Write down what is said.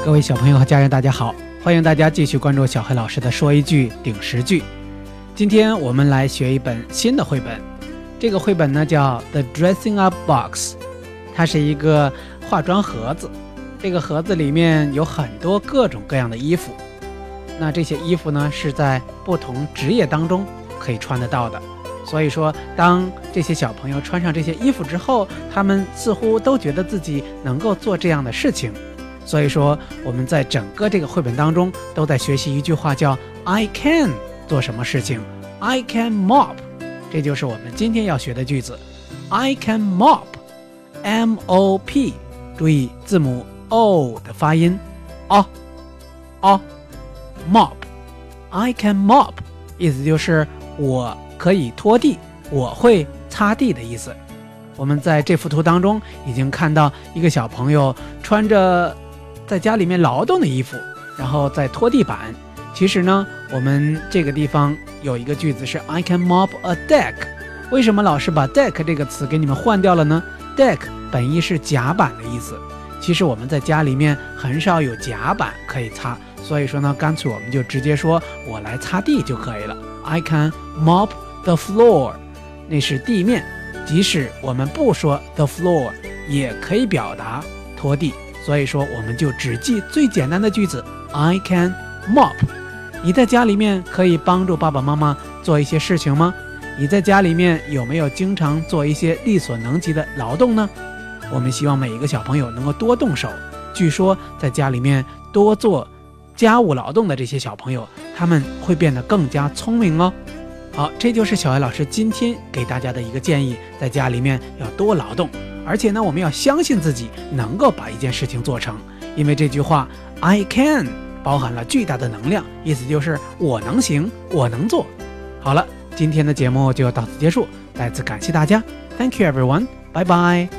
各位小朋友和家人大家好，欢迎大家继续关注小黑老师的说一句顶十句。今天我们来学一本新的绘本，这个绘本呢叫 The Dressing Up Box， 它是一个化妆盒子，这个盒子里面有很多各种各样的衣服，那这些衣服呢是在不同职业当中可以穿得到的，所以说当这些小朋友穿上这些衣服之后，他们似乎都觉得自己能够做这样的事情。所以说我们在整个这个绘本当中都在学习一句话，叫 I can 做什么事情， I can mop， 这就是我们今天要学的句子。 I can mop， M-O-P， 注意字母 O 的发音， mop， I can mop 意思就是我可以拖地，我会擦地的意思。我们在这幅图当中已经看到一个小朋友穿着在家里面劳动的衣服，然后在拖地板。其实呢，我们这个地方有一个句子是 I can mop a deck。 为什么老师把 deck 这个词给你们换掉了呢？ deck 本意是甲板的意思，其实我们在家里面很少有甲板可以擦，所以说呢，干脆我们就直接说我来擦地就可以了。 I can mop the floor， 那是地面，即使我们不说 the floor 也可以表达拖地，所以说我们就只记最简单的句子 I can mop。 你在家里面可以帮助爸爸妈妈做一些事情吗？你在家里面有没有经常做一些力所能及的劳动呢？我们希望每一个小朋友能够多动手，据说在家里面多做家务劳动的这些小朋友，他们会变得更加聪明哦。好，这就是小艾老师今天给大家的一个建议，在家里面要多劳动，而且呢，我们要相信自己能够把一件事情做成，因为这句话 I can 包含了巨大的能量，意思就是我能行，我能做。好了，今天的节目就到此结束，再次感谢大家， Thank you everyone， 拜拜。